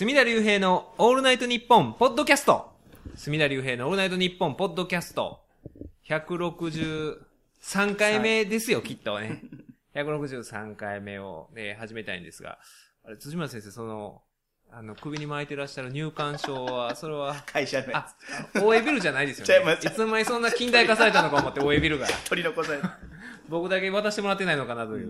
隅田隆平のオールナイトニッポンポッドキャスト。隅田隆平のオールナイトニッポンポッドキャスト。163回目ですよ、きっとね。163回目を、ね、始めたいんですが。あれ、辻村先生、首に巻いてらっしゃる入管証は、それは。 会社のやつ。大江ビルじゃないですよね。いつの間にそんな近代化されたのか思って、大江ビルが。 取り残された。 僕だけ渡してもらってないのかなという。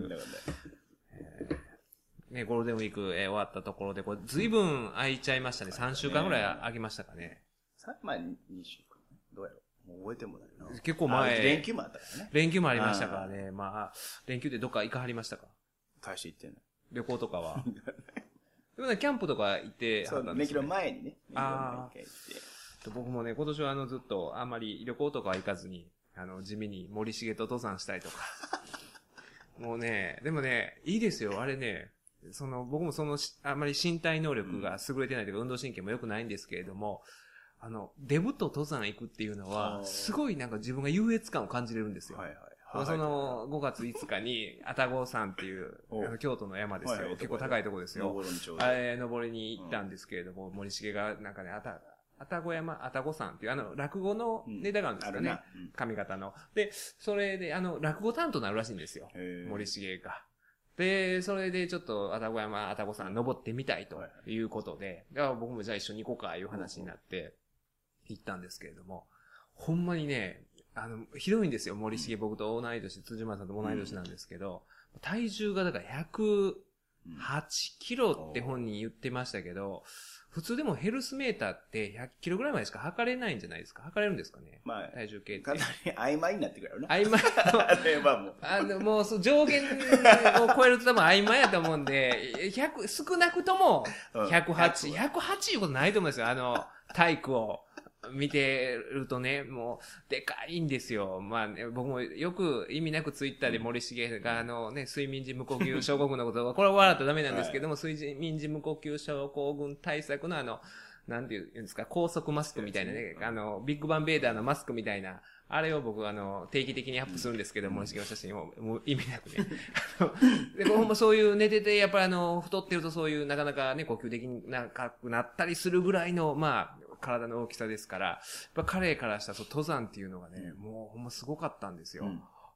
ね、ゴールデンウィーク、終わったところで、これ、ずいぶん空いちゃいましたね。3週間ぐらい空きましたかね。 まあ、2週間。どうやろう。もう覚えてもないな。 結構前。 連休もあったからね。 連休もありましたからね。まあ、連休でどっか行かはりましたか？ 大して行ってない。 旅行とかは。でもね、キャンプとか行ってはったんですよね。そう、免許の前にね。 ああ。僕もね、今年はずっとあんまり旅行とかは行かずに、地味に森重と登山したりとか。もうね、でもね、いいですよ。あれね、僕もあんまり身体能力が優れてないというか、運動神経も良くないんですけれども、デブと登山行くっていうのは、すごいなんか自分が優越感を感じれるんですよ。はいはい。5月5日に、愛宕山っていう、京都の山ですよ。結構高いとこですよ。登りに行ったんですけれども、森重がなんかね、愛宕山っていう落語のネタがあるんですよね。上方の。で、それで、落語担当になるらしいんですよ。森重が。で、それでちょっと愛宕山登ってみたいということで、僕もじゃあ一緒に行こうかいう話になって行ったんですけれども、ほんまにね、ひどいんですよ。森重僕と同い年、辻村さんと同い年なんですけど、体重がだから108キロって本人言ってましたけど、普通でもヘルスメーターって100キロぐらいまでしか測れないんじゃないですか？測れるんですかね？まあ、体重計って。 かなり曖昧になってくるよな。 曖昧もう上限を超えると多分曖昧やと思うんで、少なくとも108いうことないと思うんですよ。体育を見てるとね、もう、でかいんですよ。まあね、僕もよく意味なくツイッターで森重が睡眠時無呼吸症候群のことが、これは笑ったらダメなんですけども、睡眠時無呼吸症候群対策のなんていうんですか、高速マスクみたいなね、ビッグバンベーダーのマスクみたいな、あれを僕定期的にアップするんですけど、森重の写真を、もう意味なくね。で、ほんまそういう寝てて、やっぱり太ってるとそういうなかなかね、呼吸できなくなったりするぐらいの、まあ、体の大きさですから、やっぱ彼からしたら登山っていうのがね、もうほんますごかったんですよ。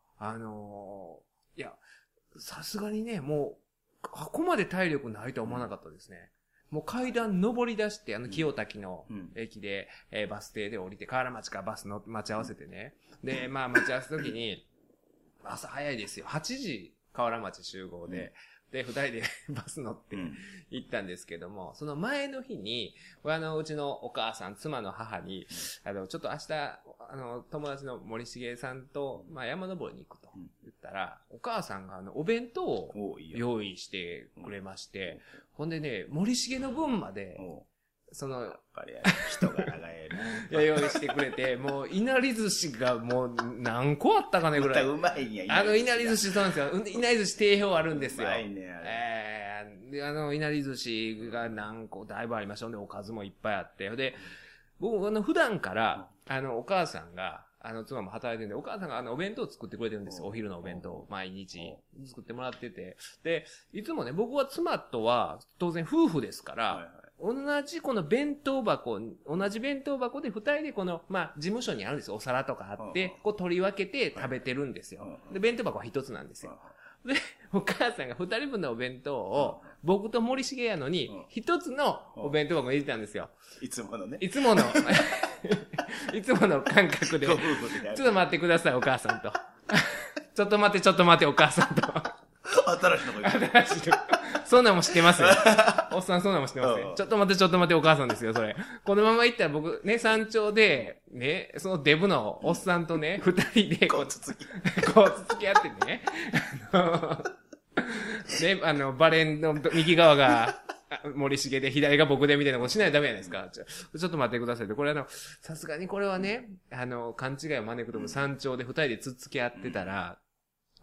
いや、さすがにね、もう、ここまで体力ないとは思わなかったですね。もう階段登り出して、清滝の駅で、バス停で降りて、河原町からバスの待ち合わせてね。で、まあ待ち合わせ時に、朝早いですよ。8時、河原町集合で、で、二人でバス乗って行ったんですけども、その前の日に、うちのお母さん、妻の母に、ちょっと明日、友達の森重さんと、まあ山登りに行くと言ったら、お母さんがお弁当を用意してくれまして、ほんでね、森重の分まで、人が長いな。用意してくれて、もう、いなり寿司がもう何個あったかねぐらい。 うまいんや、 いなり寿司そうなんですよ。いなり寿司定評あるんですよ。 うまいね、 で、いなり寿司が何個、だいぶありました。で、おかずもいっぱいあって。で、僕、普段から、お母さんが、妻も働いてるんで、お母さんがお弁当を作ってくれてるんですよ。お昼のお弁当を毎日作ってもらってて。で、いつもね、僕は妻とは当然夫婦ですから、同じこの弁当箱、同じ弁当箱で二人でまあ、事務所にあるんですよ。お皿とかあって、こう取り分けて食べてるんですよ。で、弁当箱は一つなんですよ。で、お母さんが二人分のお弁当を、僕と森重やのに、一つのお弁当箱に入れてたんですよ。 いつものね。 いつもの感覚で。ちょっと待ってください、お母さんと。ちょっと待って、お母さんと。 新しいのがいる。 そんなんも知ってますよ。おっさんそんなんも知ってますよ。ちょっと待って、お母さんですよ、それ。このまま行ったら僕、ね、山頂で、ね、そのデブのおっさんとね、二人で、こうつつき合ってね、バレンの右側が、森重で左が僕でみたいなことしないとダメじゃないですか。ちょっと待ってくださいって。これさすがにこれはね、勘違いを招くとも山頂で二人でつっつき合ってたら、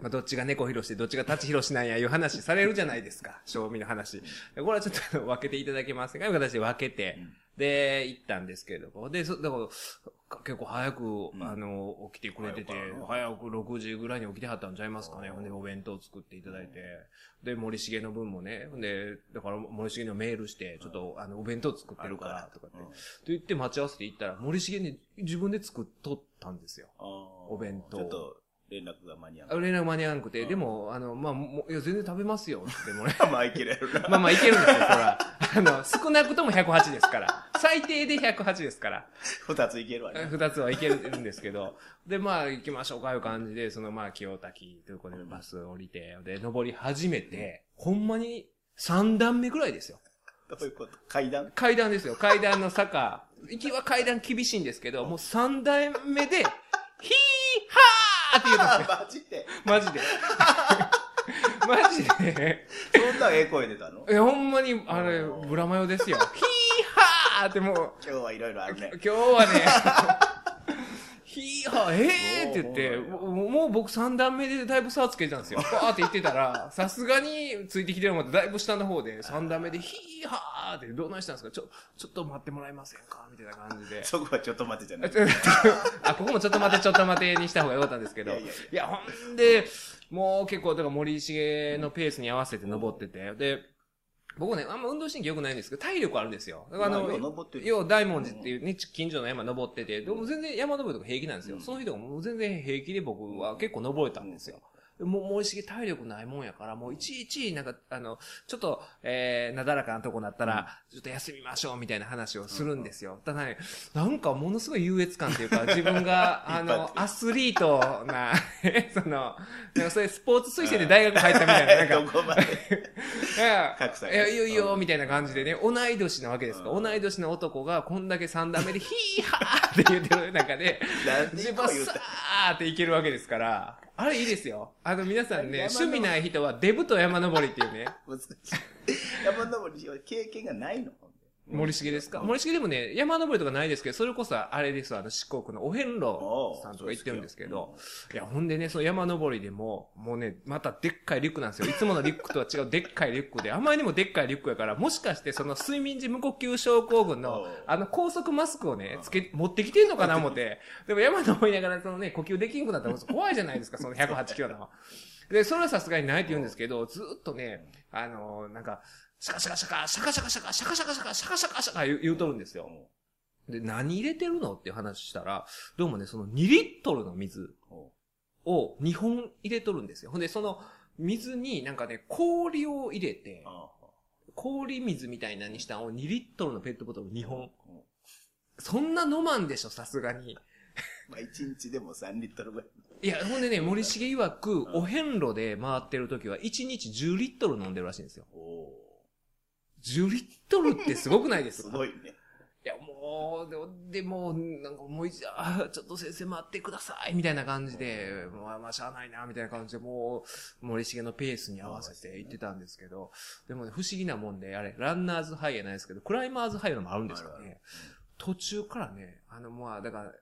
まあ、どっちが猫ひろしでどっちが立ちひろしなんやいう話されるじゃないですか。賞味の話。これはちょっと分けていただけませんかという形で分けて、で、行ったんですけれども。で、だから、結構早く、起きてくれてて、早く6時ぐらいに起きてはったんちゃいますかね。ほんで、お弁当作っていただいて。で、森重の分もね。ほんで、だから森重のメールして、ちょっと、お弁当作ってるから、とかって。と言って待ち合わせて行ったら、森重に自分で作っとったんですよ。お弁当。 ちょっと、連絡が間に合う。 連絡間に合わなくて、でも、まあ、いや、全然食べますよ、ってもね。 まあ、いけるやろな。 まあ、いけるんですよ、そら。少なくとも108ですから。最低で108ですから。 2ついけるわね。 2つはいけるんですけど。で、まあ、行きましょうか、いう感じで、清滝ということでバス降りて、で、登り始めて、ほんまに3段目ぐらいですよ。 どういうこと？階段ですよ。階段の坂。行きは階段厳しいんですけど、もう3段目で、ヒーハーって言うんですよ。マジで。マジで。 そんなええ声出たの？ ほんまに、ブラマヨですよ。ヒーハーってもう。 今日はいろいろあるね。 今日はね、ヒーハー、って言って、もう僕3段目でだいぶ差をつけてたんですよ。バーって言ってたら、さすがについてきてるのもだいぶ下の方で、3段目でヒーハーってどうなんしたんですかちょっと待ってもらえませんかみたいな感じで。 そこはちょっと待ってじゃない。 ここもちょっと待てにした方がよかったんですけど。いや、ほんで、もう結構、だから森重のペースに合わせて登ってて、で、僕ね、あんま運動神経良くないんですけど、体力あるんですよ。だから大文字っていうね、近所の山登ってて、でも全然山登りとか平気なんですよ。その人がもう全然平気で僕は結構登れたんですよ。もう森重体力ないもんやから、もういちいち、なんか、ちょっと、なだらかなとこだったら、ちょっと休みましょうみたいな話をするんですよ。ただね、なんかものすごい優越感っていうか、自分が、アスリートな、なんかそういうスポーツ推薦で大学入ったみたいな、なんか、 どこまでいや、いいよいいよ、みたいな感じでね、同い年なわけですから、同い年の男がこんだけ3段目でヒーハーって言ってる中で、自分はさーっていけるわけですから、あれいいですよ。皆さんね、趣味ない人はデブと山登りっていうね。 難しい。山登りは経験がないの？ 森重ですか？森重でもね、山登りとかないですけど、それこそあれです、四国のお遍路さんとか行ってるんですけど、いや、ほんでね、その山登りでも、もうね、またでっかいリュックなんですよ。いつものリュックとは違うでっかいリュックで、あまりにもでっかいリュックやから、もしかしてその睡眠時無呼吸症候群の、高速マスクをね、持ってきてんのかな思って、でも山登りながらそのね、呼吸できんくなったら怖いじゃないですか、その108キロの。で、それはさすがにないって言うんですけど、ずっとね、なんか、シャカシャカシャカ、シャカシャカシャカ、シャカシャカシャカ、シャカシャカシャカ言うとるんですよ。で、何入れてるのっていう話したら、どうもね、その2リットルの水を2本入れとるんですよ。ほんで、その水になんかね、氷を入れて、氷水みたいなにしたのを2リットルのペットボトル2本。そんな飲まんでしょ、さすがに。 まあ、1日でも3リットルぐらい。 いや、ほんでね、森重曰く、お遍路で回ってる時は1日10リットル飲んでるらしいんですよ。10リットルってすごくないですか？ すごいね。 いや、もう、でも、なんかもう、ちょっと先生待ってください、みたいな感じで、まあ、しゃあないな、みたいな感じで、もう、森重のペースに合わせて言ってたんですけど、でもね、不思議なもんで、あれ、ランナーズハイやないですけど、クライマーズハイのもあるんですよね。途中からね、まあ、だから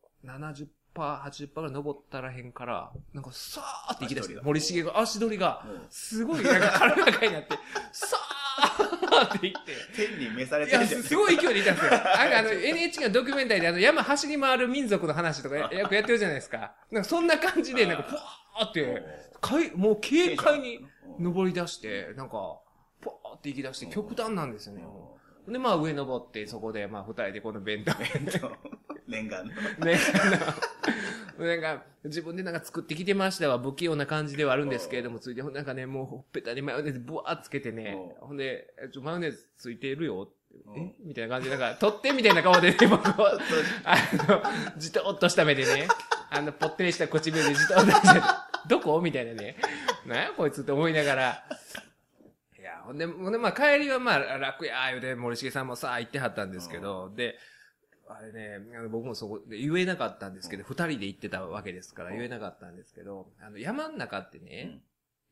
、70%、80%ぐらい登ったらへんから、なんか、さーって行き出して、森重が、足取りが、すごい、なんか、軽やかになって、さーって言って。 天に召されてるじゃん。 いや、すごい勢いでいたんですよ。NHK のドキュメンタリーで山走り回る民族の話とかよくやってるじゃないですか。なんかそんな感じで、なんか、ふわーって、もう軽快に登り出して、なんか、ふわーって行き出して、極端なんですよね。で、まあ上登って、そこで、まあ二人でこの弁当念願の。 なんか、自分でなんか作ってきてましたわ。不器用な感じではあるんですけれども、ついて、なんかね、もうほっぺたにマヨネーズブワーつけてね、ほんで、マヨネーズついてるよ。みたいな感じで、なんか、取ってみたいな顔でね、僕は、じとっとした目でね、ぽってりした唇でじとっとして、どこみたいなね、なんやこいつって思いながら、いや、ほんで、まあ帰りはまあ楽や、言うて、森重さんもさ、行ってはったんですけど、で、あれね、僕もそこで言えなかったんですけど、二人で行ってたわけですから言えなかったんですけど、山の中ってね、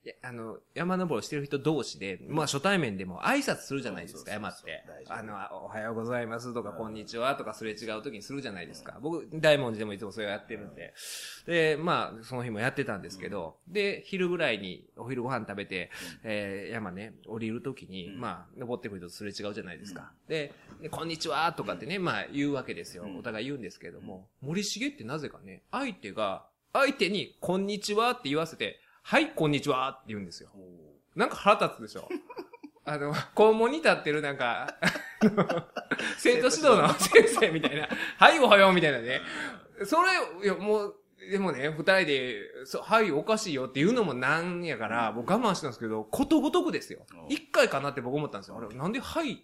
山登りしてる人同士で、まあ初対面でも挨拶するじゃないですか、山って。おはようございますとか、こんにちはとかすれ違う時にするじゃないですか。僕、大文字でもいつもそれをやってるんで。で、まあ、その日もやってたんですけど、で、昼ぐらいにお昼ご飯食べて、山ね、降りる時に、まあ、登ってくるとすれ違うじゃないですか。で、こんにちはとかってね、まあ言うわけですよ。お互い言うんですけども、森重ってなぜかね、相手にこんにちはって言わせて、はい、こんにちはって言うんですよ。なんか腹立つでしょ。校門に立ってるなんか、生徒指導の先生みたいな、はい、おはようみたいなね。それ、いや、もう、でもね、二人で、はい、おかしいよっていうのもなんやから、僕我慢したんですけど、ことごとくですよ。一回かなって僕思ったんですよ。あれ、なんではいって、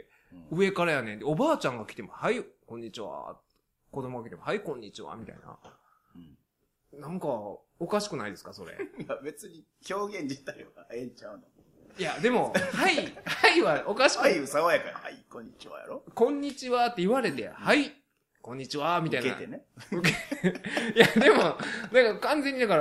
上からやねん。おばあちゃんが来ても、はい、こんにちは。子供が来ても、はい、こんにちは。みたいな。なんか、おかしくないですか、それ。 いや、別に表現自体はええんちゃうの。 いや、でも、はいはおかしくない。 はい、爽やかに、はい、こんにちはやろ。 こんにちはって言われて、はい、こんにちは、みたいな。 受けてね。 いや、でも、だから完全にだから、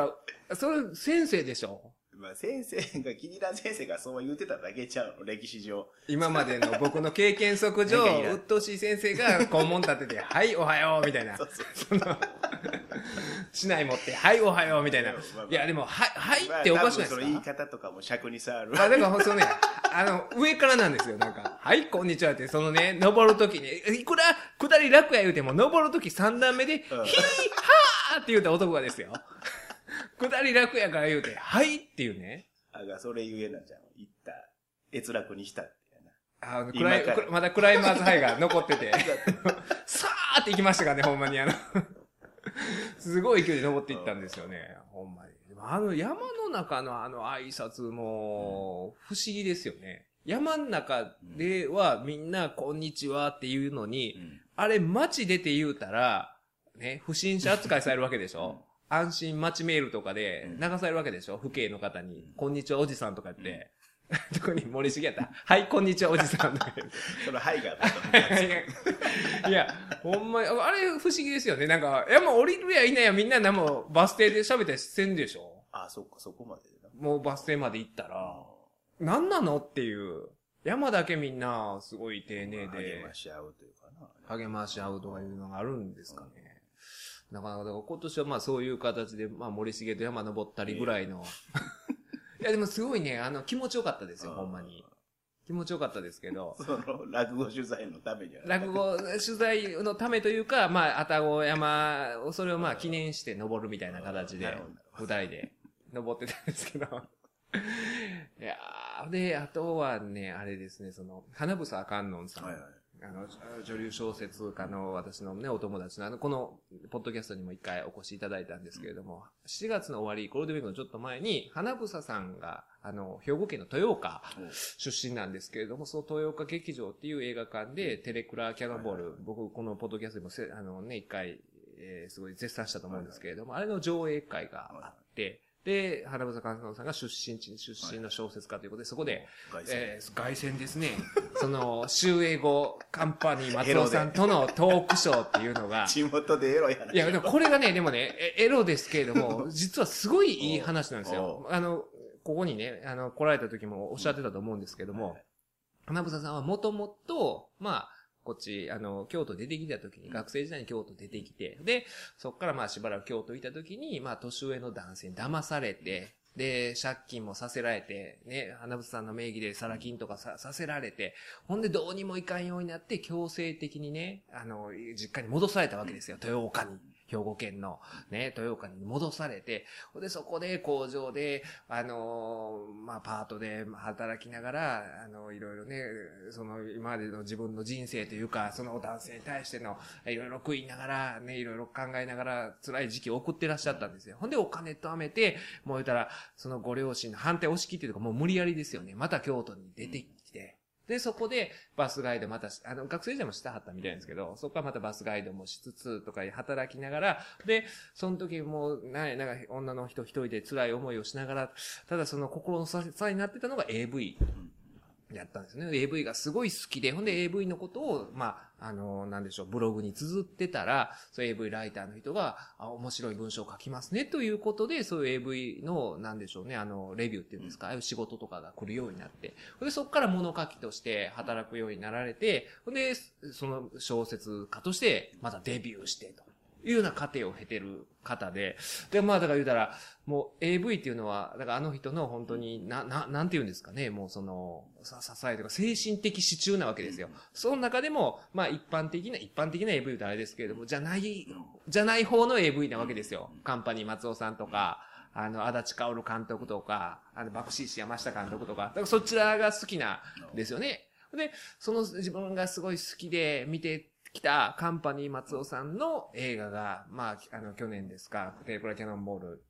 それ先生でしょ。 まあ、先生が、気に入らん先生がそう言ってただけちゃうの、歴史上。 今までの僕の経験則上、うっとうしい先生が校門立てて、はい、おはよう、みたいな。その、市内持って、はい、おはよう、みたいな。いや、でも、はいっておかしくないですか？ その言い方とかも尺に触る。 まあ、だから、そうね、上からなんですよ、なんか。はい、こんにちはって、そのね、登るときに、いくら下り楽や言うても、登るとき3段目で、ヒー、ハーって言うた男がですよ。下り楽やから言うて、はいっていうね。 それ言えなじゃん。言った。閲楽にしたってやな。まだクライマーズハイが残ってて。さーって行きましたからね、ほんまにすごい勢いで登っていったんですよね、ほんまに。山の中の挨拶も、不思議ですよね。山の中ではみんな、こんにちはって言うのに、あれ街出て言うたら、ね、不審者扱いされるわけでしょ。安心待ちメールとかで流されるわけでしょ、父兄の方に。こんにちはおじさんとか言って。特に森重やったら、はい、こんにちはおじさんとか言って。 そのはいが。 いや、ほんまに、あれ不思議ですよね。なんか、山降りるやいないやみんなもバス停で喋ったりしてんでしょ。 そっか、そこまでだ。 もうバス停まで行ったら、なんなのっていう。山だけみんな、すごい丁寧で。 励まし合うというかな。励まし合うとかいうのがあるんですかね。なかなか、今年はまあそういう形で、まあ森重と山登ったりぐらいの。いやでもすごいね、気持ちよかったですよ、ほんまに。気持ちよかったですけど。 落語取材のためには。 落語取材のためというか、まあ、愛宕山、それをまあ記念して登るみたいな形で、舞台で登ってたんですけど。いやー、で、あとはね、あれですね、花房観音さん。女流小説家の私のね、お友達のこの、ポッドキャストにも一回お越しいただいたんですけれども、7月の終わり、ゴールデンウィークのちょっと前に、花房さんが、兵庫県の豊岡出身なんですけれども、その豊岡劇場っていう映画館で、テレクラキャノンボール、僕、このポッドキャストでも一回、すごい絶賛したと思うんですけれども、あれの上映会があって、で、花房観音さんが出身の小説家ということで、そこで、凱旋ですね。終映後、カンパニー松尾さんとのトークショーっていうのが。 地元でエロやな。 いや、でもこれがね、でもね、エロですけれども、実はすごいいい話なんですよ。ここにね、来られた時もおっしゃってたと思うんですけども、花房さんはもともと、まあ、こっち、京都出てきた時に、学生時代に京都出てきて、で、そっからまあしばらく京都いた時に、まあ年上の男性に騙されて、で、借金もさせられて、ね、花房さんの名義でサラ金とかさせられて、ほんでどうにもいかんようになって、強制的にね、実家に戻されたわけですよ、豊岡に。兵庫県のね、豊岡に戻されて、で、そこで工場で、まあ、パートで働きながら、いろいろね、今までの自分の人生というか、その男性に対しての、いろいろ食いながら、ね、いろいろ考えながら、辛い時期を送ってらっしゃったんですよ。ほんで、お金貯めて、もう言ったら、そのご両親の反対を押し切ってとか、もう無理やりですよね。また京都に出てきて、で、そこでバスガイドまた、学生時代もしたはったみたいですけど、そこからまたバスガイドもしつつとか働きながら、で、その時もなんか女の人一人で辛い思いをしながら、ただその心の支えになってたのが AV。 やったんですね。AV がすごい好きで、ほんで AV のことを、なんでしょう、ブログに綴ってたら、そういう AV ライターの人が、面白い文章を書きますね、ということで、そういう AV の、なんでしょうね、レビューっていうんですか、ああいう仕事とかが来るようになって、ほんで、そこから物書きとして働くようになられて、ほんで、その小説家として、またデビューして、というような過程を経てる方で、で、だから言うたら、もう AV っていうのは、だからあの人の本当に、なんて言うんですかね、もうその、支えというか精神的支柱なわけですよ。その中でも、一般的な AV ってあれですけれども、じゃない方の AV なわけですよ。カンパニー松尾さんとか、足立薫監督とか、爆死石山下監督とか、だからそちらが好きなんですよね。で、その自分がすごい好きで見てきたカンパニー松尾さんの映画が、去年ですか、テレクラキャノンボール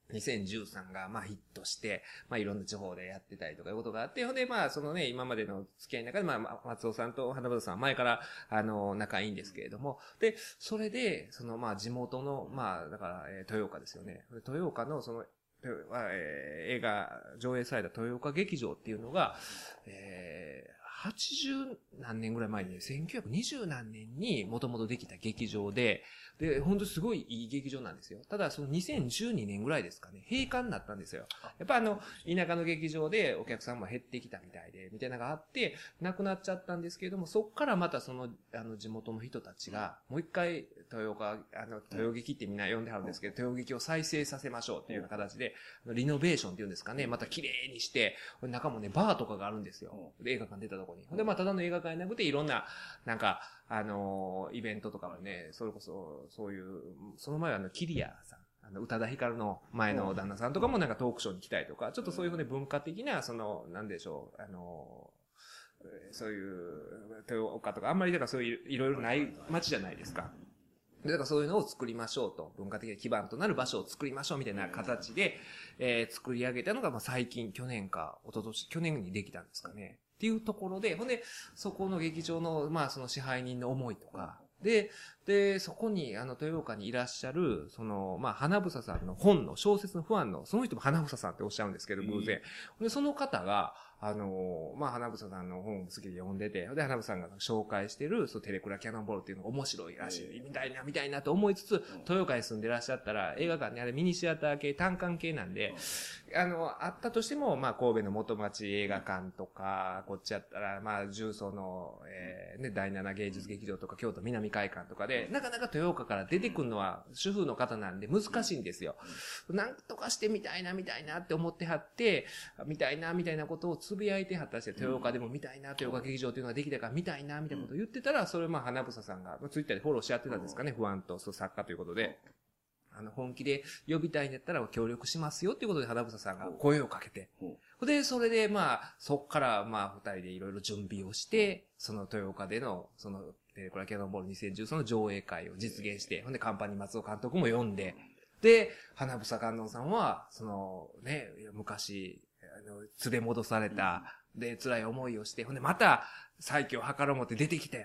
2013が、ヒットして、いろんな地方でやってたりとかいうことがあって、ほんで、そのね、今までの付き合いの中で、松尾さんと花畑さんは前から、仲いいんですけれども、で、それで、その、地元の、だから、豊岡ですよね。豊岡の、その、映画上映された豊岡劇場っていうのが、80何年ぐらい前に、1920何年にもともとできた劇場で、本当すごいいい劇場なんですよ。ただ、その2012年ぐらいですかね、閉館になったんですよ。やっぱ田舎の劇場でお客さんも減ってきたみたいで、みたいなのがあって、なくなっちゃったんですけれども、そっからまたその、地元の人たちが、もう一回、豊劇ってみんな呼んではるんですけど、豊劇を再生させましょうっていうような形で、リノベーションっていうんですかね、また綺麗にして、中もね、バーとかがあるんですよ。で、映画館出たとこに。で、ただの映画館じゃなくて、いろんな、イベントとかもね、それこそ、そういう、その前はキリアさん、宇多田ヒカルの前の旦那さんとかもなんかトークショーに来たりとか、ちょっとそういうふうに文化的な、なんでしょう、そういう、豊岡とか、あんまりだからそういう、いろいろない街じゃないですか。だからそういうのを作りましょうと、文化的な基盤となる場所を作りましょうみたいな形で、作り上げたのが、最近、去年にできたんですかね。っていうところで、ほんで、そこの劇場の、その支配人の思いとか、で、そこに、豊岡にいらっしゃる、花房さんの本の、小説のファンの、その人も花房さんっておっしゃるんですけど、偶然。で、その方が、花房さんの本を好きで読んでて、で、花房さんが紹介してる、テレクラキャノンボールっていうのが面白いらしい、見たいなと思いつつ、豊岡に住んでらっしゃったら、映画館にあれミニシアター系、単館系なんで、あったとしても、神戸の元町映画館とか、こっちやったら、重曹の、第7芸術劇場とか、京都南会館とかで、なかなか豊岡から出てくるのは主婦の方なんで難しいんですよ。なんとかしてみたいなって思ってはって、みたいなことをつぶやいてはったして、豊岡でも見たいな、豊岡劇場っていうのができたから見たいな、みたいなことを言ってたら、それ花房さんが、ツイッターでフォローし合ってたんですかね、不安と作家ということで。本気で呼びたいんだったら協力しますよっていうことで花房さんが声をかけて。で、それでそっから二人でいろいろ準備をして、その豊岡での、テレクラキャノンボール2010の上映会を実現して、ほんでカンパニー松尾監督も呼んで、で、花房観音さんは、昔、連れ戻された、で、辛い思いをして、ほんでまた再起を図ろうもって出てきて、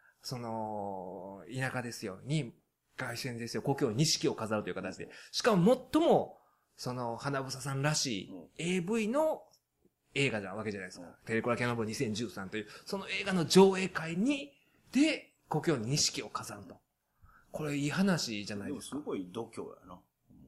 田舎ですよ、に、凱旋ですよ、故郷に錦を飾るという形で。しかも最も、花房さんらしい AV の映画なわけじゃないですか。テレクラキャノンボール2013という、その映画の上映会で、故郷に錦を飾ると。これいい話じゃないですか。 すごい度胸やな。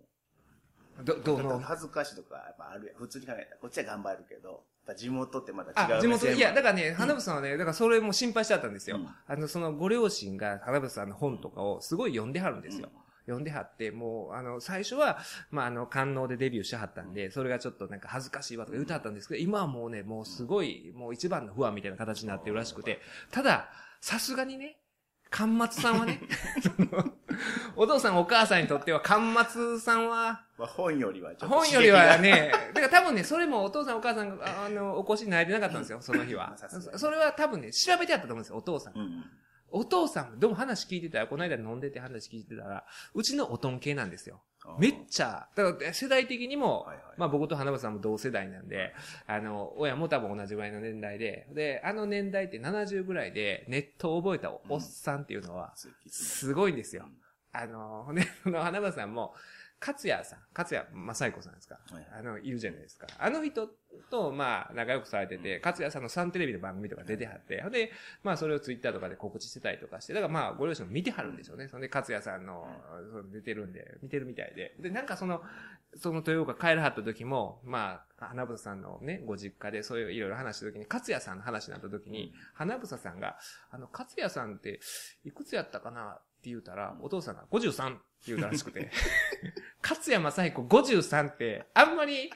恥ずかしいとか、やっぱあるやん。普通に考えたら、こっちは頑張るけど、地元ってまた違う。 地元、いや、だからね、花房さんはね、だからそれも心配しちゃったんですよ。そのご両親が花房さんの本とかをすごい読んではるんですよ。読んではって、もう、最初は、官能でデビューしはったんで、それがちょっとなんか恥ずかしいわとか言うてはったんですけど、今はもうね、もうすごい、もう一番の不安みたいな形になってるらしくて、ただ、さすがにね、関松さんはね、お父さんお母さんにとっては、関松さんは、 本よりはちょっと本よりはね、だから多分ね、それもお父さんお母さんが、お越しになれてなかったんですよ、その日は。それは多分ね、調べてあったと思うんですよ、お父さん。お父さん、でも話聞いてたら、この間飲んでて話聞いてたら、うちのおとん系なんですよ。めっちゃ、だから世代的にも、僕と花房さんも同世代なんで、親も多分同じぐらいの年代で、年代って70ぐらいでネットを覚えたおっさんっていうのは、すごいんですよ。花房さんも、 勝也正彦さんですか、 はい、 いるじゃないですか。あの人と、まあ、仲良くされてて、勝也さんのサンテレビの番組とか出てはって、で、まあ、それをツイッターとかで告知してたりとかして、だからまあ、ご両親も見てはるんでしょうね。そんで、勝也さんの、出てるんで、見てるみたいで。で、なんかその豊岡帰らはった時も、まあ、花房さんのね、ご実家でそういういろいろ話した時に、勝也さんの話になった時に、花房さんが、勝也さんって、いくつやったかなって言うたら、お父さんが53って言うたらしくて、勝也正彦53って、あんまり、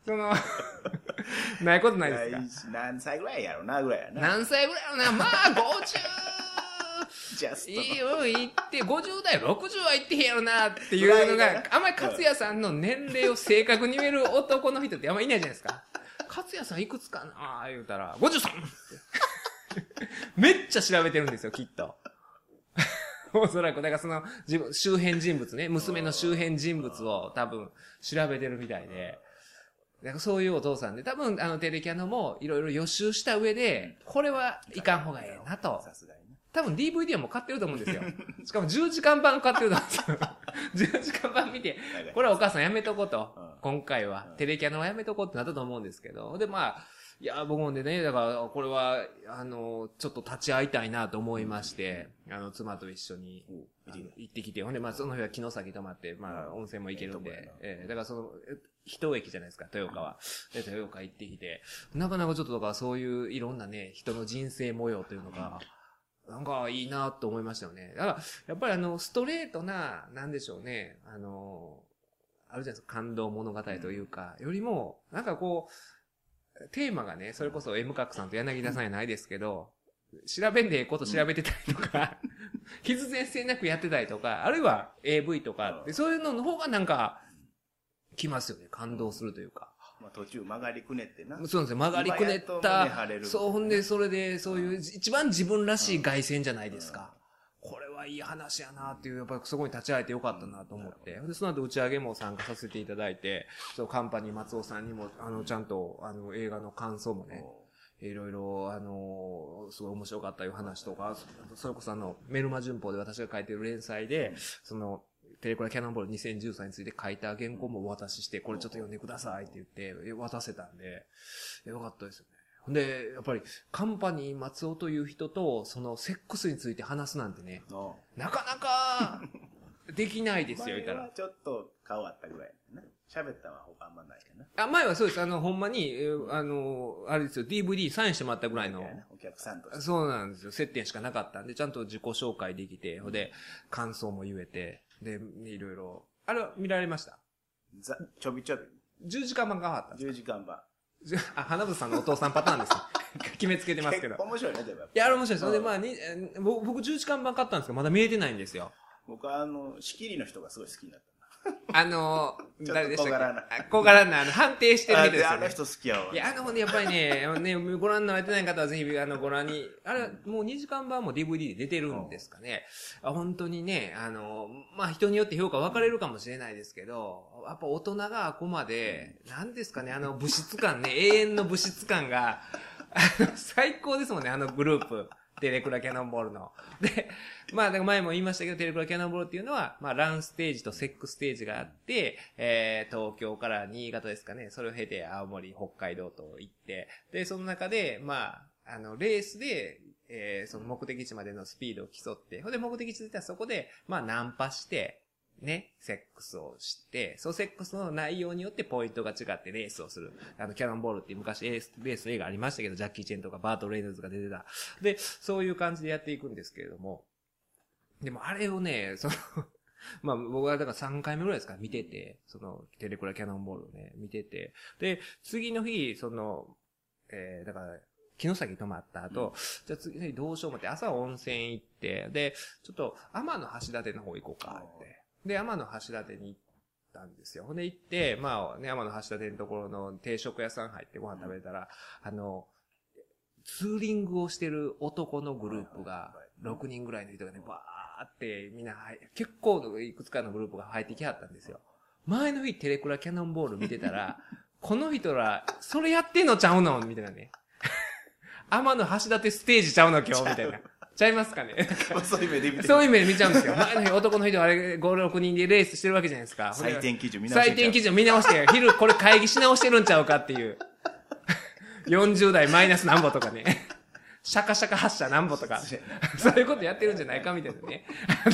ないことないですか？ 何歳ぐらいやろな、ぐらいやな。 何歳ぐらいやろな、まあ、 ジャスト。 いって、50代、60は言ってへんやろな、っていうのが、あんまり勝也さんの年齢を正確に言える男の人ってあんまりいないじゃないですか。勝也さんいくつかな言うたら、53! めっちゃ調べてるんですよ、きっと。おそらく、だから周辺人物ね、娘の周辺人物を多分調べてるみたいで、だからそういうお父さんで、多分テレキャノもいろいろ予習した上で、これはいかん方がええなと。 さすがにね。 多分 DVD はもう買ってると思うんですよ。しかも10時間版買ってると思うんですよ。10時間版見て、これはお母さんやめとこうと。今回は。テレキャノはやめとこうってなったと思うんですけど。で、まあ、いや、僕もね、だから、これは、ちょっと立ち会いたいなと思いまして、妻と一緒に行ってきて、ほんで、まあ、その日は城崎泊まって、まあ、温泉も行けるんで、だから一駅じゃないですか、豊岡は。で、豊岡行ってきて、なかなかちょっとだからそういういろんなね、人の人生模様というのが、なんかいいなと思いましたよね。だから、やっぱりストレートな、なんでしょうね、あるじゃないですか、感動物語というか、よりも、なんかこう、テーマがね、それこそ M 角さんと柳田さんやないですけど、調べんでええこと調べてたりとか、必然性なくやってたりとか、あるいは AV とか、そういうのの方がなんか、来ますよね。感動するというか。 まあ途中曲がりくねってな。 そうなんですよ。曲がりくねった。そう、ほんで、それで、そういう、一番自分らしい凱旋じゃないですか。これはいい話やなっていう、やっぱりそこに立ち会えてよかったなと思って。で、その後打ち上げも参加させていただいて、カンパニー松尾さんにも、ちゃんと、映画の感想もね、いろいろ、すごい面白かったいう話とか、それこそメルマ旬報で私が書いてる連載で、テレクラキャノンボール2013について書いた原稿もお渡しして、これちょっと読んでくださいって言って、渡せたんで、よかったですよね。で、やっぱり、カンパニー松尾という人と、セックスについて話すなんてね、なかなか、できないですよ、言ったら。 ちょっと顔あったぐらいやな。喋ったのは他あんまないかな。 前はそうです。ほんまに、あれですよ、DVD サインしてもらったぐらいの。 お客さんとして。 そうなんですよ。接点しかなかったんで、ちゃんと自己紹介できて、で、感想も言えて、で、いろいろ。あれは見られました？ ちょびちょび。 10時間版があったんですか？ 10時間版。 花房さんのお父さんパターンです。決めつけてますけど。 面白いね、でも。 いや、あれ面白いです。で、まあ、僕10時間版買ったんですけど、まだ見えてないんですよ。 僕は仕切りの人がすごい好きになった。 誰でしたっけ？小柄な、判定してるみたいですよね。 あの人好きやわ。 いや、やっぱりね、ご覧になられてない方はぜひ、ご覧に、あれ、もう2時間版も DVD で出てるんですかね。本当にね、まあ、人によって評価分かれるかもしれないですけど、やっぱ大人があこまで、なんですかね、物質感ね、永遠の物質感が、最高ですもんね、グループ。テレクラキャノンボールの。で、まあ、前も言いましたけど、テレクラキャノンボールっていうのは、まあ、ランステージとセックステージがあって、東京から新潟ですかね、それを経て青森、北海道と行って、で、その中で、まあ、レースで、その目的地までのスピードを競って、で、目的地でそこで、まあ、ナンパして、ね、セックスをして、そのセックスの内容によってポイントが違ってレースをする。キャノンボールっていう昔レースの映画ありましたけど、ジャッキー・チェンとかバート・レイノルズが出てた。で、そういう感じでやっていくんですけれども。でもあれをね、まあ僕はだから3回目ぐらいですか見てて、テレクラキャノンボールをね、見てて。で、次の日、だから、城崎泊まった後、じゃあ次の日どうしようもって朝温泉行って、で、ちょっと天橋立の方行こうかって。で、天橋立に行ったんですよ。で、行って、まあね、天橋立のところの定食屋さん入ってご飯食べたら、ツーリングをしてる男のグループが、6人ぐらいの人がね、バーってみんな結構いくつかのグループが入ってきはったんですよ。前の日テレクラキャノンボール見てたら、この人ら、それやってんのちゃうのみたいなね。天橋立ステージちゃうの今日みたいな。ちちゃいますかね。 そういう目で見てそういう目で見ちゃうんですよ。前の日男の人あれ5、6人でレースしてるわけじゃないですか。 採点基準見直して。 採点基準見直して、昼これ会議し直してるんちゃうかっていう。40代マイナス何歩とかね。シャカシャカ発射何歩とか。そういうことやってるんじゃないかみたいなね。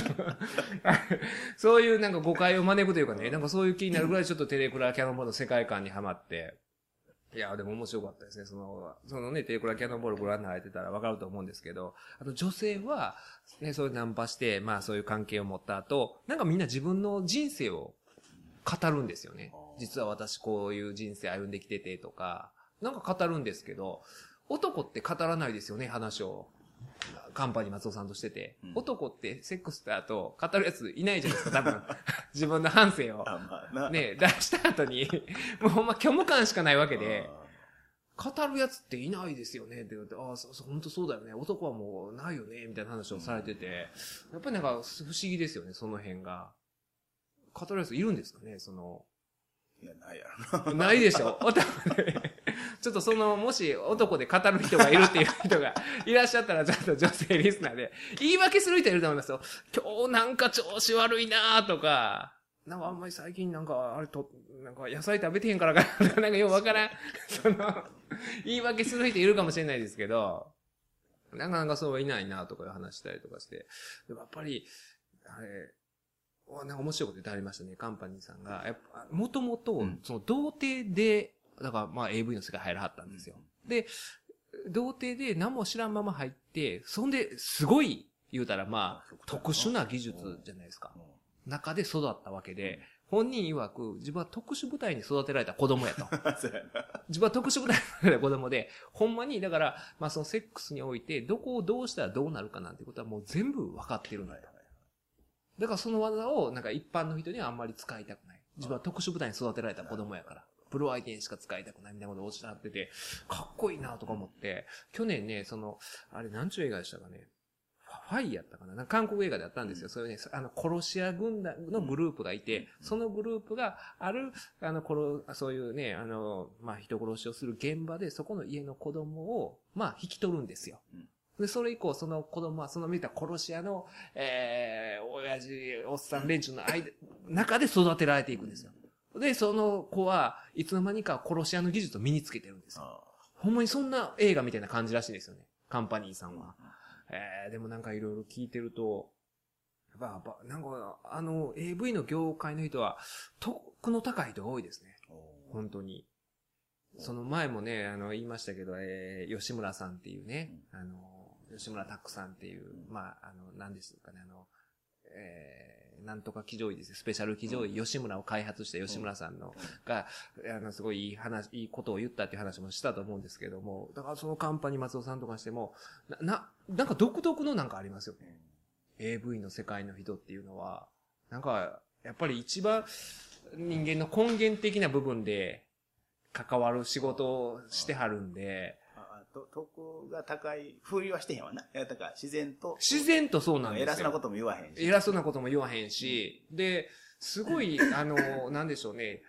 そういうなんか誤解を招くというかね、なんかそういう気になるぐらいちょっとテレクラキャノンボールの世界観にはまって、いや、でも面白かったですね。そのね、テレクラキャノンボールご覧になられてたらわかると思うんですけど、女性は、ね、そういうナンパして、まあそういう関係を持った後、なんかみんな自分の人生を語るんですよね。実は私こういう人生歩んできててとか、なんか語るんですけど、男って語らないですよね、話を。カンパニー松尾さんとしてて。男ってセックスした後、語るやついないじゃないですか、多分。自分の反省を。ね、出した後に、もうほんま虚無感しかないわけで、語るやつっていないですよね、って言って、ああ、本当そうだよね、男はもうないよね、みたいな話をされてて、やっぱりなんか不思議ですよね、その辺が。語るやついるんですかね、 いや、ないやろな。 ないでしょ男で。ちょっともし男で語る人がいるっていう人がいらっしゃったら、ちょっと女性リスナーで、言い訳する人いると思いますよ。今日なんか調子悪いなとか、なんかあんまり最近なんか、なんか野菜食べてへんからかなとか、なんかようわからん。言い訳する人いるかもしれないですけど、なかなかそうはいないなとかいう話したりとかして、でもやっぱり、あれ、なんか面白いこと言ってありましたね、カンパニーさんが。もともと、童貞で、だからまあ AV の世界入らはったんですよ。で、童貞で何も知らんまま入って、そんで、すごい、言うたらまあ、特殊な技術じゃないですか。中で育ったわけで、本人曰く、自分は特殊部隊に育てられた子供やと。自分は特殊部隊に育てられた子供で、ほんまに、だから、まあそのセックスにおいて、どこをどうしたらどうなるかなんてことはもう全部分かってるんだと。だからその技をなんか一般の人にはあんまり使いたくない。自分は特殊部隊に育てられた子供やから。プロ相手にしか使いたくないみたいなことをおっしゃってて、かっこいいなとか思って、去年ね、あれ何ちゅう映画でしたかね。ファイやったかな、なんか韓国映画であったんですよ。それね、殺し屋軍団のグループがいて、そのグループがある、そういうね、まあ、人殺しをする現場で、そこの家の子供を、まあ、引き取るんですよ。で、それ以降、その子供は、見た殺し屋の、親父、おっさん連中の中で育てられていくんですよ。で、その子はいつの間にか殺し屋の技術を身につけてるんですよ。ほんまにそんな映画みたいな感じらしいですよね。カンパニーさんは。でもなんかいろいろ聞いてると、やっぱ、なんか、AV の業界の人は、得の高い人が多いですね。本当に。その前もね、言いましたけど、吉村さんっていうね、吉村拓さんっていう、まあ、何ですかね、なんとか騎乗位ですね、スペシャル騎乗位、吉村を開発した吉村さんが、すごいいいことを言ったっていう話もしたと思うんですけども、だからそのカンパニー松尾さんとかしても、なんか独特のなんかありますよね。AV の世界の人っていうのは、なんか、やっぱり一番人間の根源的な部分で関わる仕事をしてはるんで、 得が高いふりはしてへんわな。だから自然とそうなんですよ。 偉そうなことも言わへんし。 偉そうなことも言わへんし、で、すごい、なんでしょうね、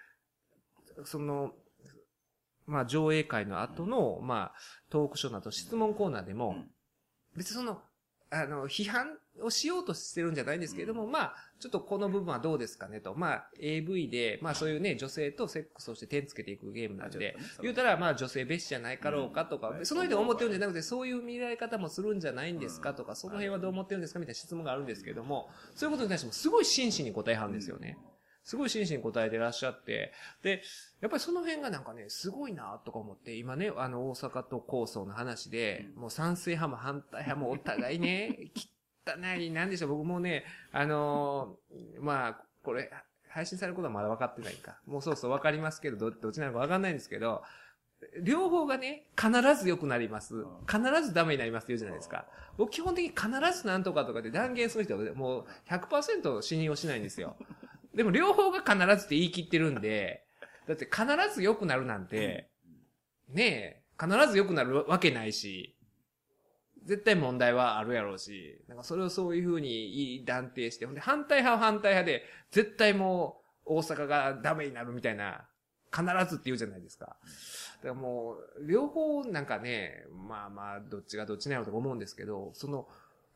まあ、上映会の後の、まあ、トークショーなど質問コーナーでも、別に批判をしようとしてるんじゃないんですけれども、まあ、ちょっとこの部分はどうですかねと。まあ、AV で、まあそういうね、女性とセックスをして点つけていくゲームなんで、言うたら、まあ女性蔑視じゃないかろうかとか、その人が思ってるんじゃなくて、そういう見られ方もするんじゃないんですかとか、その辺はどう思ってるんですかみたいな質問があるんですけれども、そういうことに対してもすごい真摯に答えはるんですよね。すごい真摯に答えてらっしゃって、で、やっぱりその辺がなんかね、すごいなとか思って、今ね、大阪都構想の話で、もう賛成派も反対派もお互いね、なんでしょう、僕もね、まあ、これ、配信されることはまだ分かってないか。もうそうそう分かりますけど、どっちなのか分かんないんですけど、両方がね、必ず良くなります。必ずダメになりますって言うじゃないですか。僕基本的に必ずなんとかとかで断言する人はもう 100% 信用しないんですよ。でも両方が必ずって言い切ってるんで、だって必ず良くなるなんて、ねえ、必ず良くなるわけないし、絶対問題はあるやろうし、なんかそれをそういう風に断定して、ほんで反対派は反対派で、絶対もう大阪がダメになるみたいな、必ずって言うじゃないですか。だからもう、両方なんかね、まあまあ、どっちがどっちなのとか思うんですけど、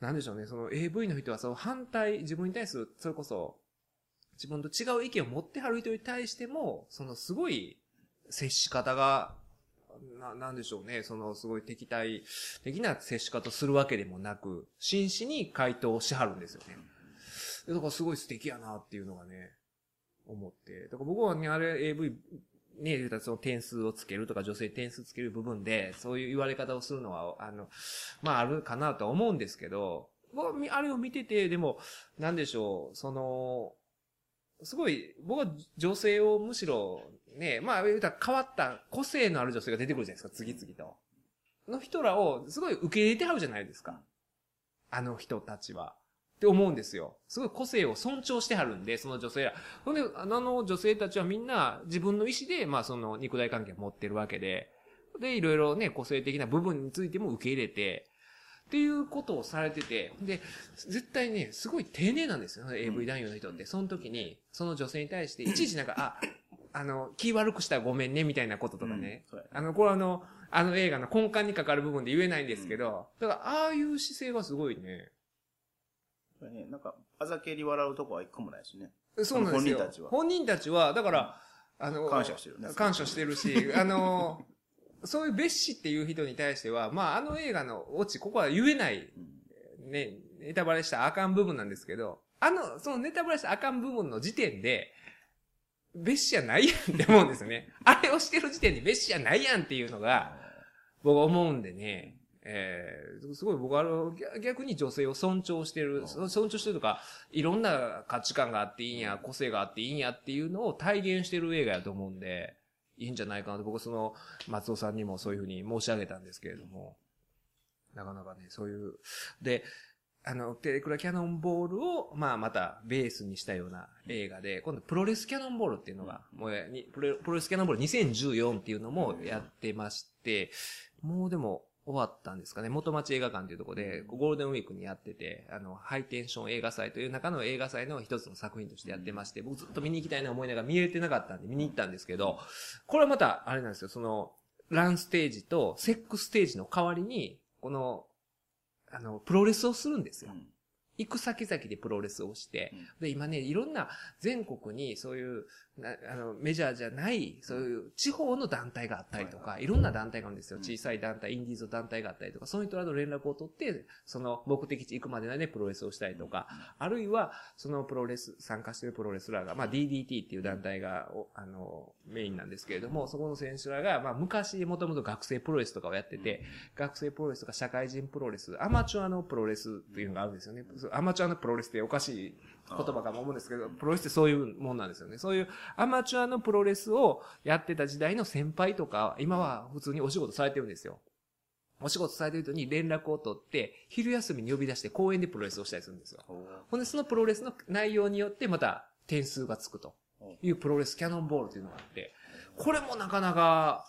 なんでしょうね、その AV の人はその反対、自分に対する、それこそ、自分と違う意見を持ってはる人に対しても、そのすごい接し方が、なんでしょうね、そのすごい敵対的な接し方するわけでもなく、真摯に回答しはるんですよね。だからすごい素敵やなっていうのがね、思って。だから僕はね、あれ AV、ね、言うたらその点数をつけるとか女性点数つける部分で、そういう言われ方をするのは、まああるかなとは思うんですけど、僕はあれを見てて、でも、なんでしょう、その、すごい、僕は女性をむしろ、ね、まあ言うたら変わった個性のある女性が出てくるじゃないですか、次々と。の人らをすごい受け入れてはるじゃないですか。あの人たちは。って思うんですよ。すごい個性を尊重してはるんで、その女性ら。ほんで、女性たちはみんな自分の意思で、まあその肉体関係を持ってるわけで、で、いろいろね、個性的な部分についても受け入れて、っていうことをされてて、で、絶対ね、すごい丁寧なんですよ、AV 男優の人って。その時に、その女性に対して、いちいちなんか、気悪くしたらごめんね、みたいなこととかね。これ映画の根幹にかかる部分で言えないんですけど、だから、ああいう姿勢がすごいね。 これね、なんか、あざけり笑うとこは一個もないしね。 そうなんですよ。本人たちは、だから、 感謝してるね。 感謝してるし、そういう蔑視っていう人に対しては、まあ、映画のオチ、ここは言えない、ね、ネタバレしたらあかん部分なんですけど、そのネタバレしたらあかん部分の時点で、蔑視じゃないやんって思うんですよね。あれをしてる時点で蔑視じゃないやんっていうのが、僕は思うんでね、すごい僕は逆に女性を尊重してる、尊重してるとか、いろんな価値観があっていいんや、個性があっていいんやっていうのを体現してる映画やと思うんで、いいんじゃないかなと、僕は松尾さんにもそういうふうに申し上げたんですけれども、なかなかね、そういう、で、テレクラキャノンボールを、まあまたベースにしたような映画で、今度プロレスキャノンボールっていうのが、プロレスキャノンボール2014っていうのもやってまして、もうでも終わったんですかね、元町映画館っていうところで、ゴールデンウィークにやってて、ハイテンション映画祭という中の映画祭の一つの作品としてやってまして、僕ずっと見に行きたいな思いながら見れてなかったんで見に行ったんですけど、これはまた、あれなんですよ、ランステージとセックステージの代わりに、プロレスをするんですよ。行く先々でプロレスをして、で、今ね、いろんな全国にそういう、メジャーじゃない、そういう地方の団体があったりとか、いろんな団体があるんですよ。小さい団体、インディーズ団体があったりとか、そういう人らの連絡を取って、その目的地行くまでの間にプロレスをしたりとか、あるいは、その参加しているプロレスラーが、まあ DDT っていう団体が、メインなんですけれども、そこの選手らが、まあ昔、もともと学生プロレスとかをやってて、学生プロレスとか社会人プロレス、アマチュアのプロレスっていうのがあるんですよね。アマチュアのプロレスっておかしい言葉かも思うんですけど、プロレスってそういうもんなんですよね。そういうアマチュアのプロレスをやってた時代の先輩とか、今は普通にお仕事されてるんですよ。お仕事されてる人に連絡を取って、昼休みに呼び出して公園でプロレスをしたりするんですよ。ほんで、そのプロレスの内容によってまた点数がつくというプロレスキャノンボールというのがあって、これもなかなか、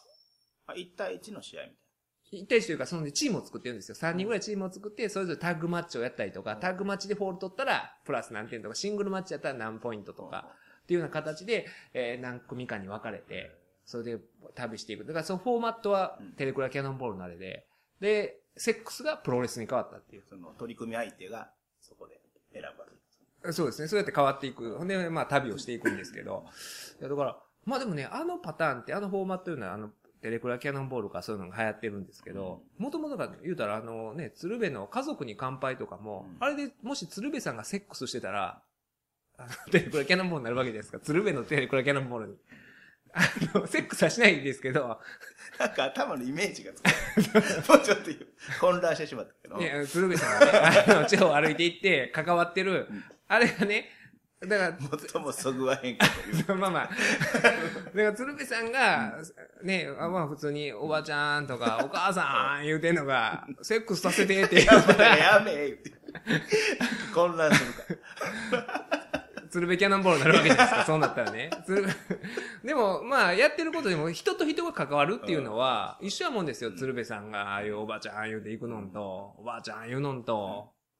1対1の試合みたいな。 1対1というか、そのチームを作ってるんですよ。3人ぐらいチームを作って、それぞれタッグマッチをやったりとか、タッグマッチでフォール取ったら、プラス何点とか、シングルマッチやったら何ポイントとか、っていうような形で、何組かに分かれて、それで旅していく。だからそのフォーマットはテレクラキャノンボールのあれで、で、セックスがプロレスに変わったっていう。 その取り組み相手がそこで選ぶわけです。そうですね。そうやって変わっていく。ほんで、まあ旅をしていくんですけど。だから、まあでもね、あのパターンって、あのフォーマットというのは、テレクラキャノンボールかそういうのが流行ってるんですけど、もともとが言うたら鶴瓶の家族に乾杯とかも、あれでもし鶴瓶さんがセックスしてたら、テレクラキャノンボールになるわけじゃないですか。鶴瓶のテレクラキャノンボールに。セックスはしないんですけど。 なんか頭のイメージがつかない。もうちょっと混乱してしまったけど。 いや、鶴瓶さんがね、地方を歩いていって関わってる、あれがね、だから、 最もそぐわへんかという。 まあまあ。だから鶴瓶さんが、ね、まあ普通におばちゃんとかお母さん言うてんのが、セックスさせてって言うから。 やめ言うて。混乱するから。 鶴瓶キャノンボールになるわけじゃないですか、そうなったらね。でも、まあ、やってることでも、人と人が関わるっていうのは、一緒やもんですよ。鶴瓶さんが、ああいうおばちゃん言うて行くのんと、おばあちゃん言うのんと、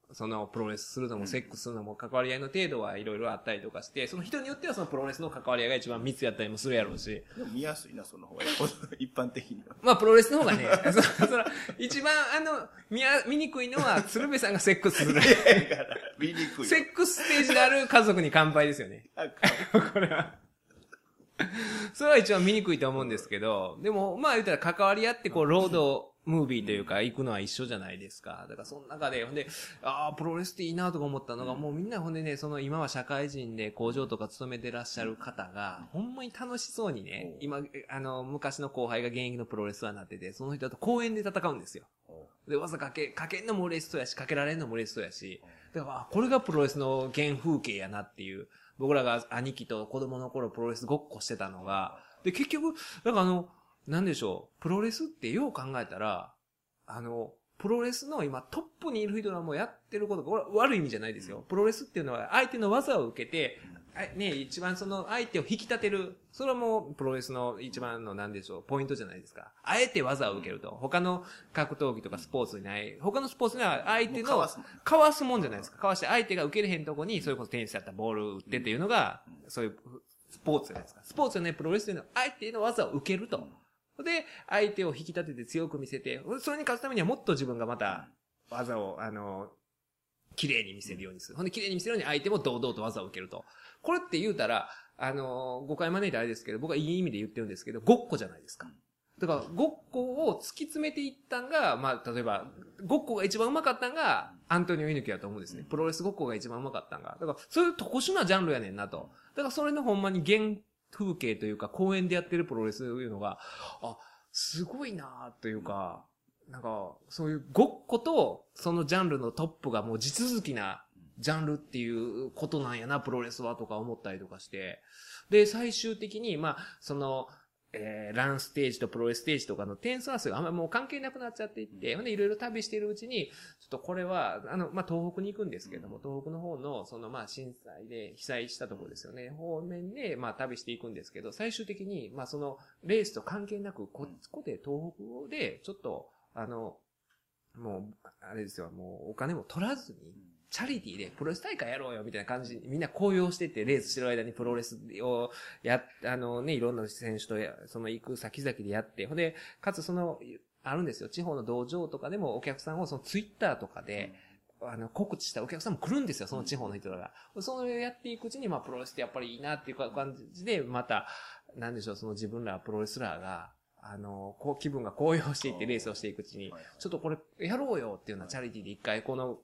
そのプロレスするのもセックスするのも関わり合いの程度はいろいろあったりとかして、その人によってはそのプロレスの関わり合いが一番密やったりもするやろうし。 でも見やすいな、その方が。一般的には。 まあプロレスの方がね、そら、一番見にくいのは鶴瓶さんがセックスする。 見にくい。 セックスステージである家族に乾杯ですよね。これは。それは一番見にくいと思うんですけど、でも、まあ言ったら関わり合ってこう、ロードムービーというか行くのは一緒じゃないですか。だからその中で、ほんで、プロレスっていいなとか思ったのが、もうみんなほんでね、その今は社会人で工場とか勤めてらっしゃる方が、ほんまに楽しそうにね、今、昔の後輩が現役のプロレスラーになってて、その人と公園で戦うんですよ。で、わざかけんのも嬉しそうやし、かけられんのも嬉しそうやし、だから、これがプロレスの原風景やなっていう、僕らが兄貴と子供の頃プロレスごっこしてたのが、で、結局、なんかなんでしょう、プロレスってよう考えたら、プロレスの今トップにいる人がもうやってることが、これは悪い意味じゃないですよ。プロレスっていうのは相手の技を受けて、ね、一番その相手を引き立てる。それはもうプロレスの一番のなんでしょう、ポイントじゃないですか。あえて技を受けると。他の格闘技とかスポーツにない。他のスポーツには相手のかわすもんじゃないですか。かわして相手が受けれへんとこに、それこそテニスやったらボール打ってっていうのが、そういうスポーツじゃないですか。スポーツじゃないプロレスというのは相手の技を受けると。で、相手を引き立てて強く見せて、それに勝つためにはもっと自分がまた技を、綺麗に見せるようにする。ほんで綺麗に見せるように相手も堂々と技を受けると。これって言うたら、誤解招いてあれですけど、僕はいい意味で言ってるんですけど、ごっこじゃないですか。だから、ごっこを突き詰めていったんが、まあ、例えば、ごっこが一番上手かったんが、アントニオ猪木だと思うんですね。プロレスごっこが一番上手かったんが。だから、そういう特殊なジャンルやねんなと。だから、それのほんまに原風景というか、公園でやってるプロレスというのが、すごいなというか、なんか、そういうごっこと、そのジャンルのトップがもう地続きなジャンルっていうことなんやな、プロレスはとか思ったりとかして。で、最終的に、まあ、ランステージとプロレスステージとかの点数があんまりもう関係なくなっちゃっていって、ほんでいろいろ旅しているうちに、ちょっとこれは、まあ、東北に行くんですけども、東北の方の、まあ、震災で被災したところですよね。方面で、まあ、旅していくんですけど、最終的に、まあ、レースと関係なく、ここで東北で、ちょっと、もう、あれですよ、もうお金も取らずに、チャリティーでプロレス大会やろうよみたいな感じにみんな高揚しててレースしてる間にプロレスをいろんな選手と行く先々でやって、ほんで、かつあるんですよ。地方の道場とかでもお客さんをツイッターとかで、告知したお客さんも来るんですよ、その地方の人らが。それをやっていくうちに、まあ、プロレスってやっぱりいいなっていう感じで、また、なんでしょう、自分らプロレスラーが、気分が高揚していってレースをしていくうちに、ちょっとこれやろうよっていうようなチャリティーで一回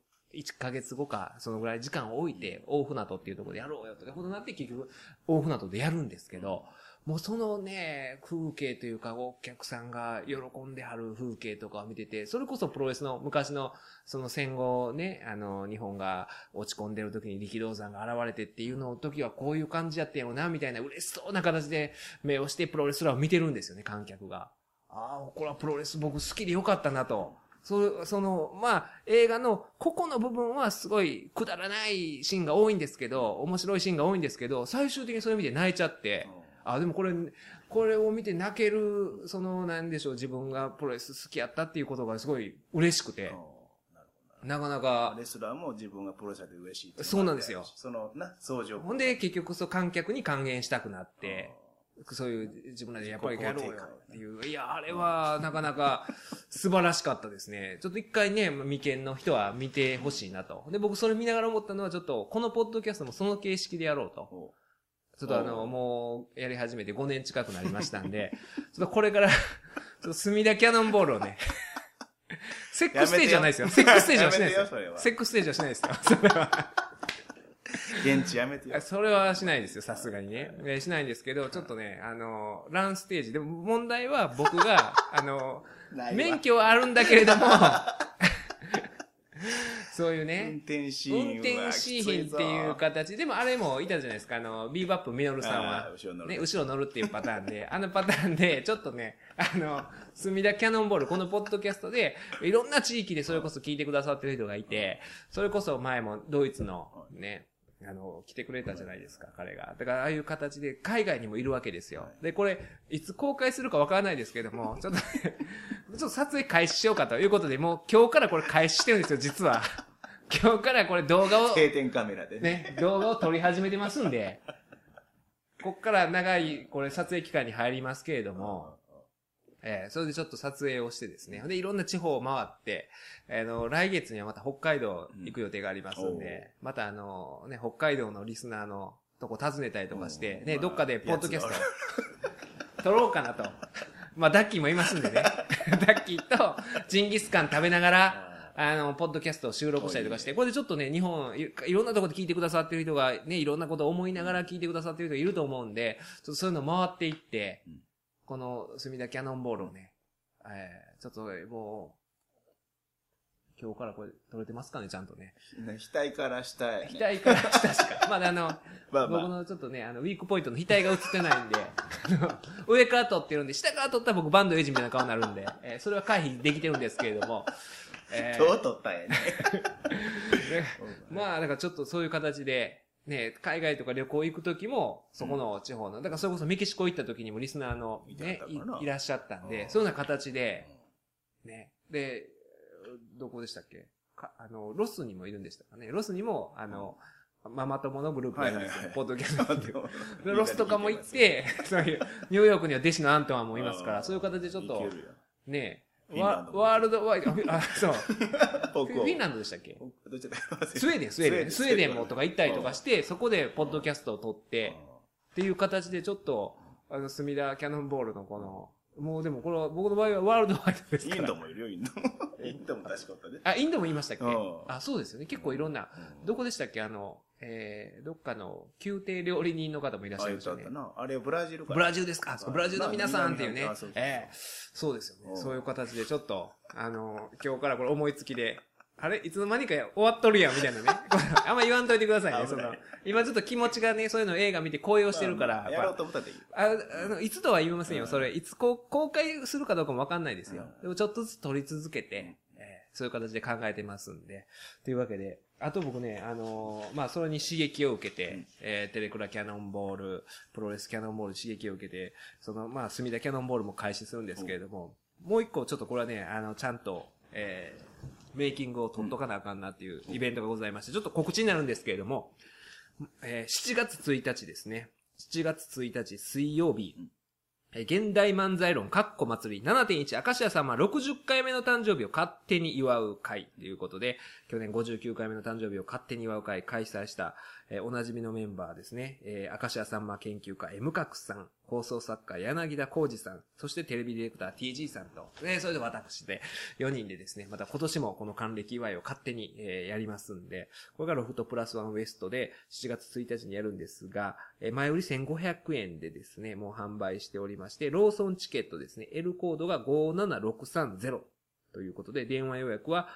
1ヶ月後か、そのぐらい時間を置いて、大船渡っていうところでやろうよとかことになって結局、大船渡でやるんですけど、もうそのね、風景というか、お客さんが喜んではる風景とかを見てて、それこそプロレスの昔の、戦後ね、日本が落ち込んでる時に力道山が現れてっていうの時はこういう感じやってんよな、みたいな嬉しそうな形で目をしてプロレスラーを見てるんですよね、観客が。これはプロレス僕好きでよかったなと。まあ、映画の個々の部分はすごいくだらないシーンが多いんですけど、面白いシーンが多いんですけど、最終的にそれ見て泣いちゃって、でもこれを見て泣ける、なんでしょう、自分がプロレス好きやったっていうことがすごい嬉しくて、なかなか。 レスラーも自分がプロレスラーで嬉しい。 そうなんですよ。 相乗。 ほんで、結局観客に還元したくなって、そういう自分らでやっぱりやろうよっていう。いや、あれはなかなか素晴らしかったですね。ちょっと一回ね、未見の人は見てほしいなと。で、僕それ見ながら思ったのはちょっと、このポッドキャストもその形式でやろうと。ちょっともうやり始めて5年近くなりましたんで、ちょっとこれから、隅田キャノンボールをね、セックステージじゃないですよ。セックステージはしないですよ。セックステージはしないですよ。それは。 現地やめてよ。 それはしないですよ、さすがにね。しないんですけど、ちょっとね、ランステージ。でも問題は僕が、免許はあるんだけれども、そういうね、 運転シーンっていう形。でもあれもいたじゃないですか、ビーバップミノルさんは、ね、後ろ乗るっていうパターンで、パターンで、ちょっとね、隅田キャノンボール、このポッドキャストで、いろんな地域でそれこそ聞いてくださってる人がいて、それこそ前もドイツのね、来てくれたじゃないですか、彼が。だから、ああいう形で海外にもいるわけですよ。で、これ、いつ公開するかわからないですけども、ちょっと撮影開始しようかということで、もう今日からこれ開始してるんですよ、実は。 今日からこれ動画を、 定点カメラでね、動画を撮り始めてますんで、こっから長い、これ撮影期間に入りますけれども、それでちょっと撮影をしてですね。で、いろんな地方を回って、来月にはまた北海道行く予定がありますんで、またね、北海道のリスナーのとこ訪ねたりとかして、ね、どっかでポッドキャスト撮ろうかなと。まあ、ダッキーもいますんでね。ダッキーとジンギスカン食べながら、ポッドキャストを収録したりとかして、これでちょっとね、日本、いろんなところで聞いてくださってる人がね、いろんなことを思いながら聞いてくださってる人がいると思うんで、ちょっとそういうの回っていって、この墨田キャノンボールをね、ちょっともう、今日からこれ撮れてますかね、ちゃんとね。 額から下やね。 額から下しか。まだまあ僕のちょっとね、ウィークポイントの額が映ってないんで、上から撮ってるんで、下から撮ったら僕バンドエイジみたいな顔になるんで、それは回避できてるんですけれども、 どう撮ったんやね。 まあ、だからちょっとそういう形で、ね、海外とか旅行行くときも、そこの地方の、だからそれこそメキシコ行ったときにもリスナーのね、いらっしゃったんで、そういうような形で、ね、で、どこでしたっけロスにもいるんでしたかね。ロスにも、ママ友のグループがいるんですよ。ポッドキャストっていう。ロスとかも行って、そういう、ニューヨークには弟子のアントワンもいますから、そういう形でちょっと、ね、ワールドワイド、そう。フィンランドでしたっけスウェーデンもとか行ったりとかして、そこでポッドキャストを撮って、っていう形でちょっと、墨田キャノンボールのこの、もうでもこれは僕の場合はワールドワイドですから。 インドもいるよ、インド。インドも確かったね。 あ、インドも言いましたっけそうですよね。結構いろんな、どこでしたっけどっかの宮廷料理人の方もいらっしゃいましたね。 あれブラジルか。 ブラジルですか。ブラジルの皆さんっていうね。そうですよね。そういう形でちょっと、今日からこれ思いつきで、あれいつの間にか終わっとるやんみたいなね。あんま言わんといてくださいね。今ちょっと気持ちがね、そういうの映画見て高揚してるから。 やろうと思ったらでいい。 いつとは言いませんよ。それ、いつ公開するかどうかもわかんないですよ。でもちょっとずつ撮り続けて、そういう形で考えてますんで。というわけで、あと僕ね、まあ、それに刺激を受けて、テレクラキャノンボール、プロレスキャノンボール刺激を受けて、まあ、墨田キャノンボールも開始するんですけれども、もう一個ちょっとこれはね、ちゃんと、メイキングを撮っとかなあかんなっていうイベントがございまして、ちょっと告知になるんですけれども、7月1日ですね。7月1日水曜日、現代漫才論祭り 7.1 明石家さんま60回目の誕生日を勝手に祝う会ということで、去年59回目の誕生日を勝手に祝う会開催した、おなじみのメンバーですね。明石家さんま研究家 M 角さん、放送作家柳田浩二さん、そしてテレビディレクター TG さんと、それで私で4人でですね、また今年もこの還暦祝いを勝手に、やりますんで、これがロフトプラスワンウエストで7月1日にやるんですが、前売り1500円でですね、もう販売しておりまして、ローソンチケットですね、L コードが57630ということで、電話予約は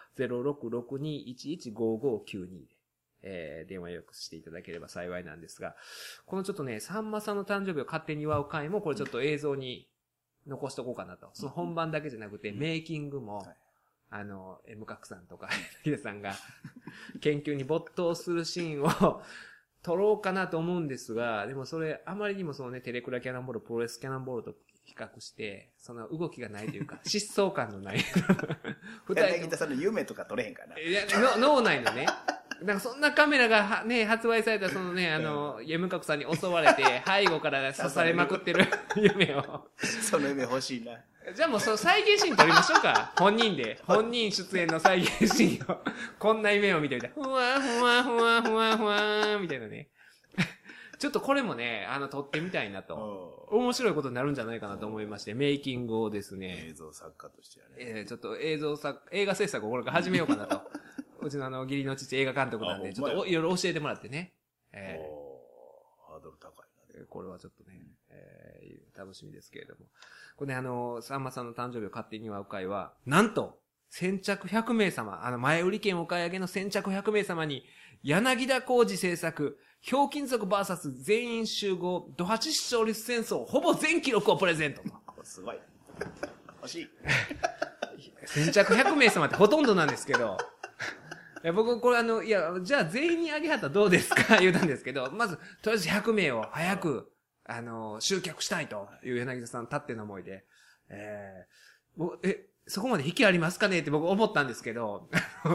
0662115592で。電話予約していただければ幸いなんですが、このちょっとね、さんまさんの誕生日を勝手に祝う回も、これちょっと映像に残しとこうかなと。その本番だけじゃなくて、メイキングも、M 角さんとか、ヒデさんが、研究に没頭するシーンを撮ろうかなと思うんですが、でもそれ、あまりにもそのね、テレクラキャノンボール、プロレスキャノンボールと比較して、その動きがないというか、疾走感のない。 柳田さんの夢とか撮れへんかな。 いや、脳内のね、なんかそんなカメラがね、発売されたそのね、M 角さんに襲われて、背後から刺されまくってる夢を。 その夢欲しいな。 じゃあもうその再現シーン撮りましょうか。本人出演の再現シーンを、こんな夢を見てみたい。ふわふわふわふわふわみたいなね。ちょっとこれもね、撮ってみたいなと。面白いことになるんじゃないかなと思いまして、メイキングをですね。 映像作家としてはね。 ちょっと映画制作をこれから始めようかなと。うちの義理の父映画監督なんで、ちょっといろいろ教えてもらってね。 ハードル高いな。 これはちょっとね、楽しみですけれども。これね、さんまさんの誕生日を勝手に祝う会は、なんと、先着100名様、前売り券お買い上げの先着100名様に、柳田浩二制作、ひょうきん族 VS 全員集合、ドハチ視聴率戦争、ほぼ全記録をプレゼントと。 すごい。欲しい。 先着100名様ってほとんどなんですけど、僕、これいや、じゃあ全員にあげはったらどうですか言うたんですけど、まず、とりあえず100名を早く、集客したいという柳田さんたっての思いで、そこまで引きありますかねって僕思ったんですけど、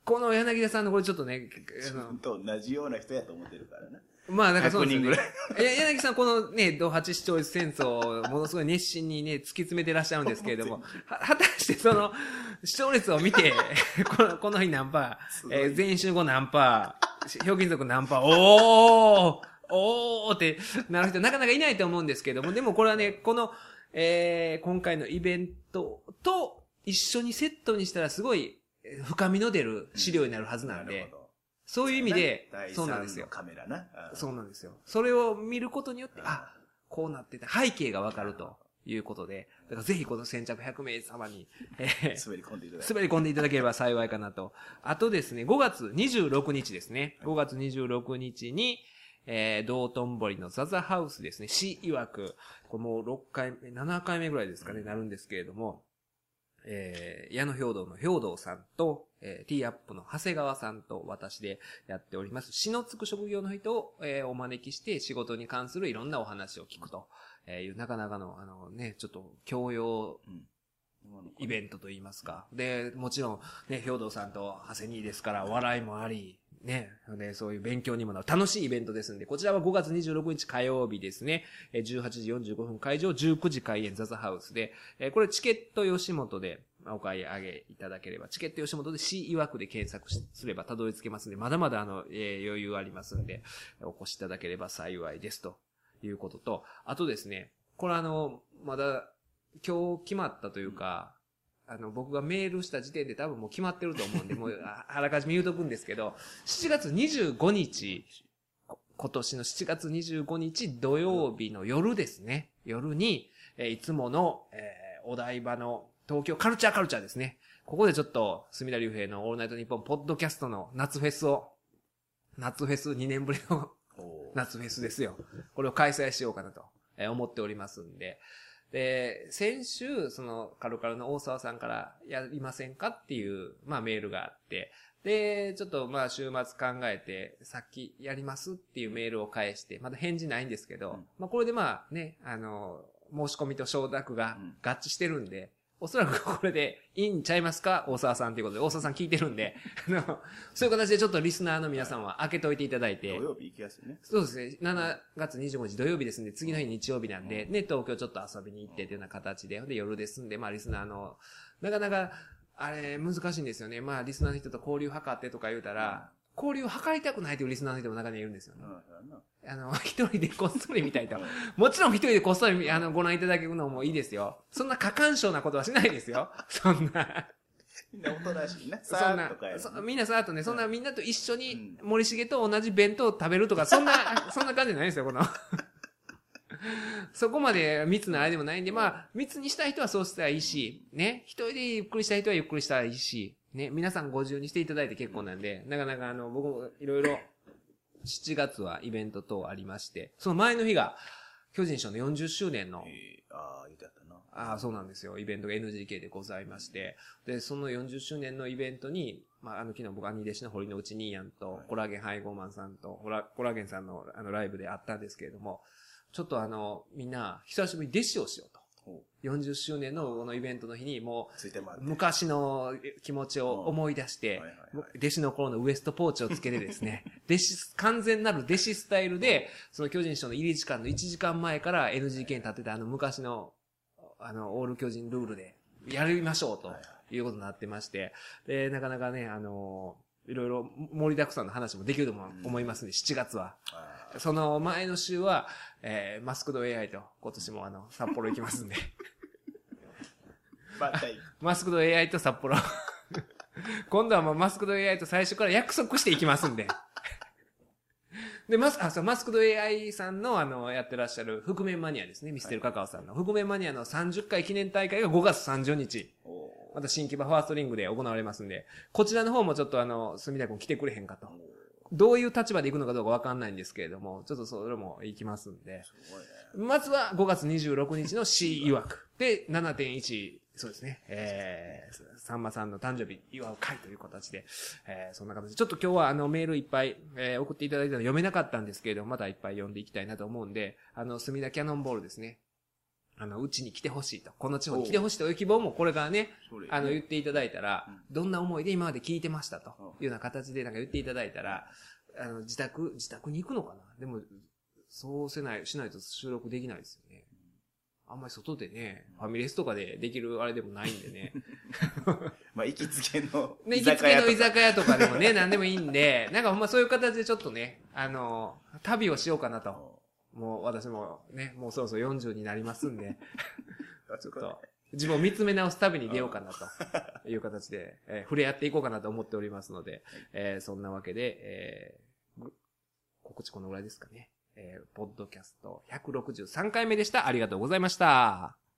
この柳田さんのこれちょっとね、 自分と同じような人やと思ってるからな。 まあ、なんかそうですよね。 100人ぐらい。 柳さん、このね、同八視聴率戦争をものすごい熱心にね、突き詰めてらっしゃるんですけれども、果たしてその、視聴率を見て、この日何パー、全員集合何パー、ひょうきん族何パー、おーってなる人なかなかいないと思うんですけれども、でもこれはね、この、今回のイベントと一緒にセットにしたらすごい深みの出る資料になるはずなんで、そういう意味で、そうなんですよ。 カメラな。 そうなんですよ。それを見ることによって、あ、こうなってた背景がわかるということで、だからぜひこの先着100名様に、 滑り込んでいただければ幸いかなと。あとですね、5月26日ですね。5月26日に、道頓堀のザザハウスですね。市曰く、これもう6回目、7回目ぐらいですかね、なるんですけれども、矢野兵道の兵道さんと、ティーアップの長谷川さんと私でやっております。詩のつく職業の人を、お招きして仕事に関するいろんなお話を聞くという、なかなかの、ね、ちょっと教養イベントといいますか。で、もちろん、ね、兵道さんと長谷兄ですから、笑いもあり、ね。で、そういう勉強にもなる楽しいイベントですんで、こちらは5月26日火曜日ですね。18時45分会場、19時開演ザザハウスで、これチケット吉本でお買い上げいただければ、チケット吉本で C 曰くで検索すればたどり着けますんで、まだまだ余裕ありますんで、お越しいただければ幸いですということと、あとですね、これまだ今日決まったというか、僕がメールした時点で多分もう決まってると思うんで、もうあらかじめ言うとくんですけど、7月25日、今年の7月25日土曜日の夜ですね。夜に、いつもの、お台場の東京カルチャーですね。ここでちょっと、隅田隆平のオールナイトニッポンポッドキャストの夏フェス2年ぶりの夏フェスですよ。これを開催しようかなと思っておりますんで、で、先週、カルカルの大沢さんからやりませんかっていう、まあメールがあって、で、ちょっとまあ週末考えて、さっきやりますっていうメールを返して、まだ返事ないんですけど、まあこれでまあね、申し込みと承諾が合致してるんで、おそらくこれでいいんちゃいますか大沢さんということで、大沢さん聞いてるんで、そういう形でちょっとリスナーの皆さんは開けといていただいて。 土曜日行きやすいね。 そうですね。7月25日土曜日ですんで、次の日日曜日なんで、ね、東京ちょっと遊びに行ってというような形で、で、夜ですんで、まあリスナーの、なかなか、あれ、難しいんですよね。まあリスナーの人と交流図ってとか言うたら、交流を図りたくないというリスナーの人も中にいるんですよね。一人でこっそり見たいと。もちろん一人でこっそりご覧いただけるのもいいですよ。そんな過干渉なことはしないですよ。そんな。 みんなおとなしいな。 みんなさーっとね、そんなみんなと一緒に森重と同じ弁当を食べるとか、そんな感じないですよ、この。そこまで密なあれでもないんで、まあ、密にしたい人はそうしたらいいし、ね、一人でゆっくりしたい人はゆっくりしたらいいし、ね、皆さんご自由にしていただいて結構なんで、なかなか僕もいろいろ、7月はイベント等ありまして、その前の日が、巨人賞の40周年の、 言ってあったな。 そうなんですよ。イベントが NGK でございまして、で、その40周年のイベントに、まあ、昨日僕兄弟子の堀之内兄やんと、コラーゲン配合マンさんと、コラーゲンさんのライブであったんですけれども、ちょっとみんな、久しぶりに弟子をしようと。40周年のこのイベントの日にもう、昔の気持ちを思い出して、弟子の頃のウエストポーチをつけてですね、完全なる弟子スタイルで、その巨人賞の入り時間の1時間前から NGK に立ってた昔の、オール巨人ルールでやりましょうということになってまして、で、なかなかね、いろいろ盛りだくさんの話もできると思いますんで、7月は。その前の週は、マスクド AI と今年も札幌行きますんで。マスクド AI と札幌。今度はもうマスクド AI と最初から約束していきますんで。で、マスクド AI さんのやってらっしゃる覆面マニアですね。ミステルカカオさんの。覆面マニアの30回記念大会が5月30日。また新木場ファーストリングで行われますんで、こちらの方もちょっと隅田君来てくれへんかと。どういう立場で行くのかどうかわかんないんですけれども、ちょっとそれも行きますんで。まずは5月26日の C 曰く。で、7.1、そうですね。さんまさんの誕生日祝う会という形で、そんな形で。ちょっと今日はメールいっぱい、送っていただいたの読めなかったんですけれども、またいっぱい読んでいきたいなと思うんで、隅田キャノンボールですね。 うちに来てほしいと。この地方に来てほしいという希望もこれからね、言っていただいたら、どんな思いで今まで聞いてましたというような形でなんか言っていただいたら、自宅に行くのかな。でも、そうしないと収録できないですよね。あんまり外でね、ファミレスとかでできるあれでもないんでね。 まあ、行きつけの居酒屋とかでもね、何でもいいんで、なんかほんまそういう形でちょっとね、旅をしようかなと。もう私もね、もうそろそろ40になりますんで、ちょっと自分を見つめ直す旅に出ようかなという形で、触れ合っていこうかなと思っておりますので、そんなわけで、告知このぐらいですかね。ポッドキャスト163回目でした。ありがとうございました。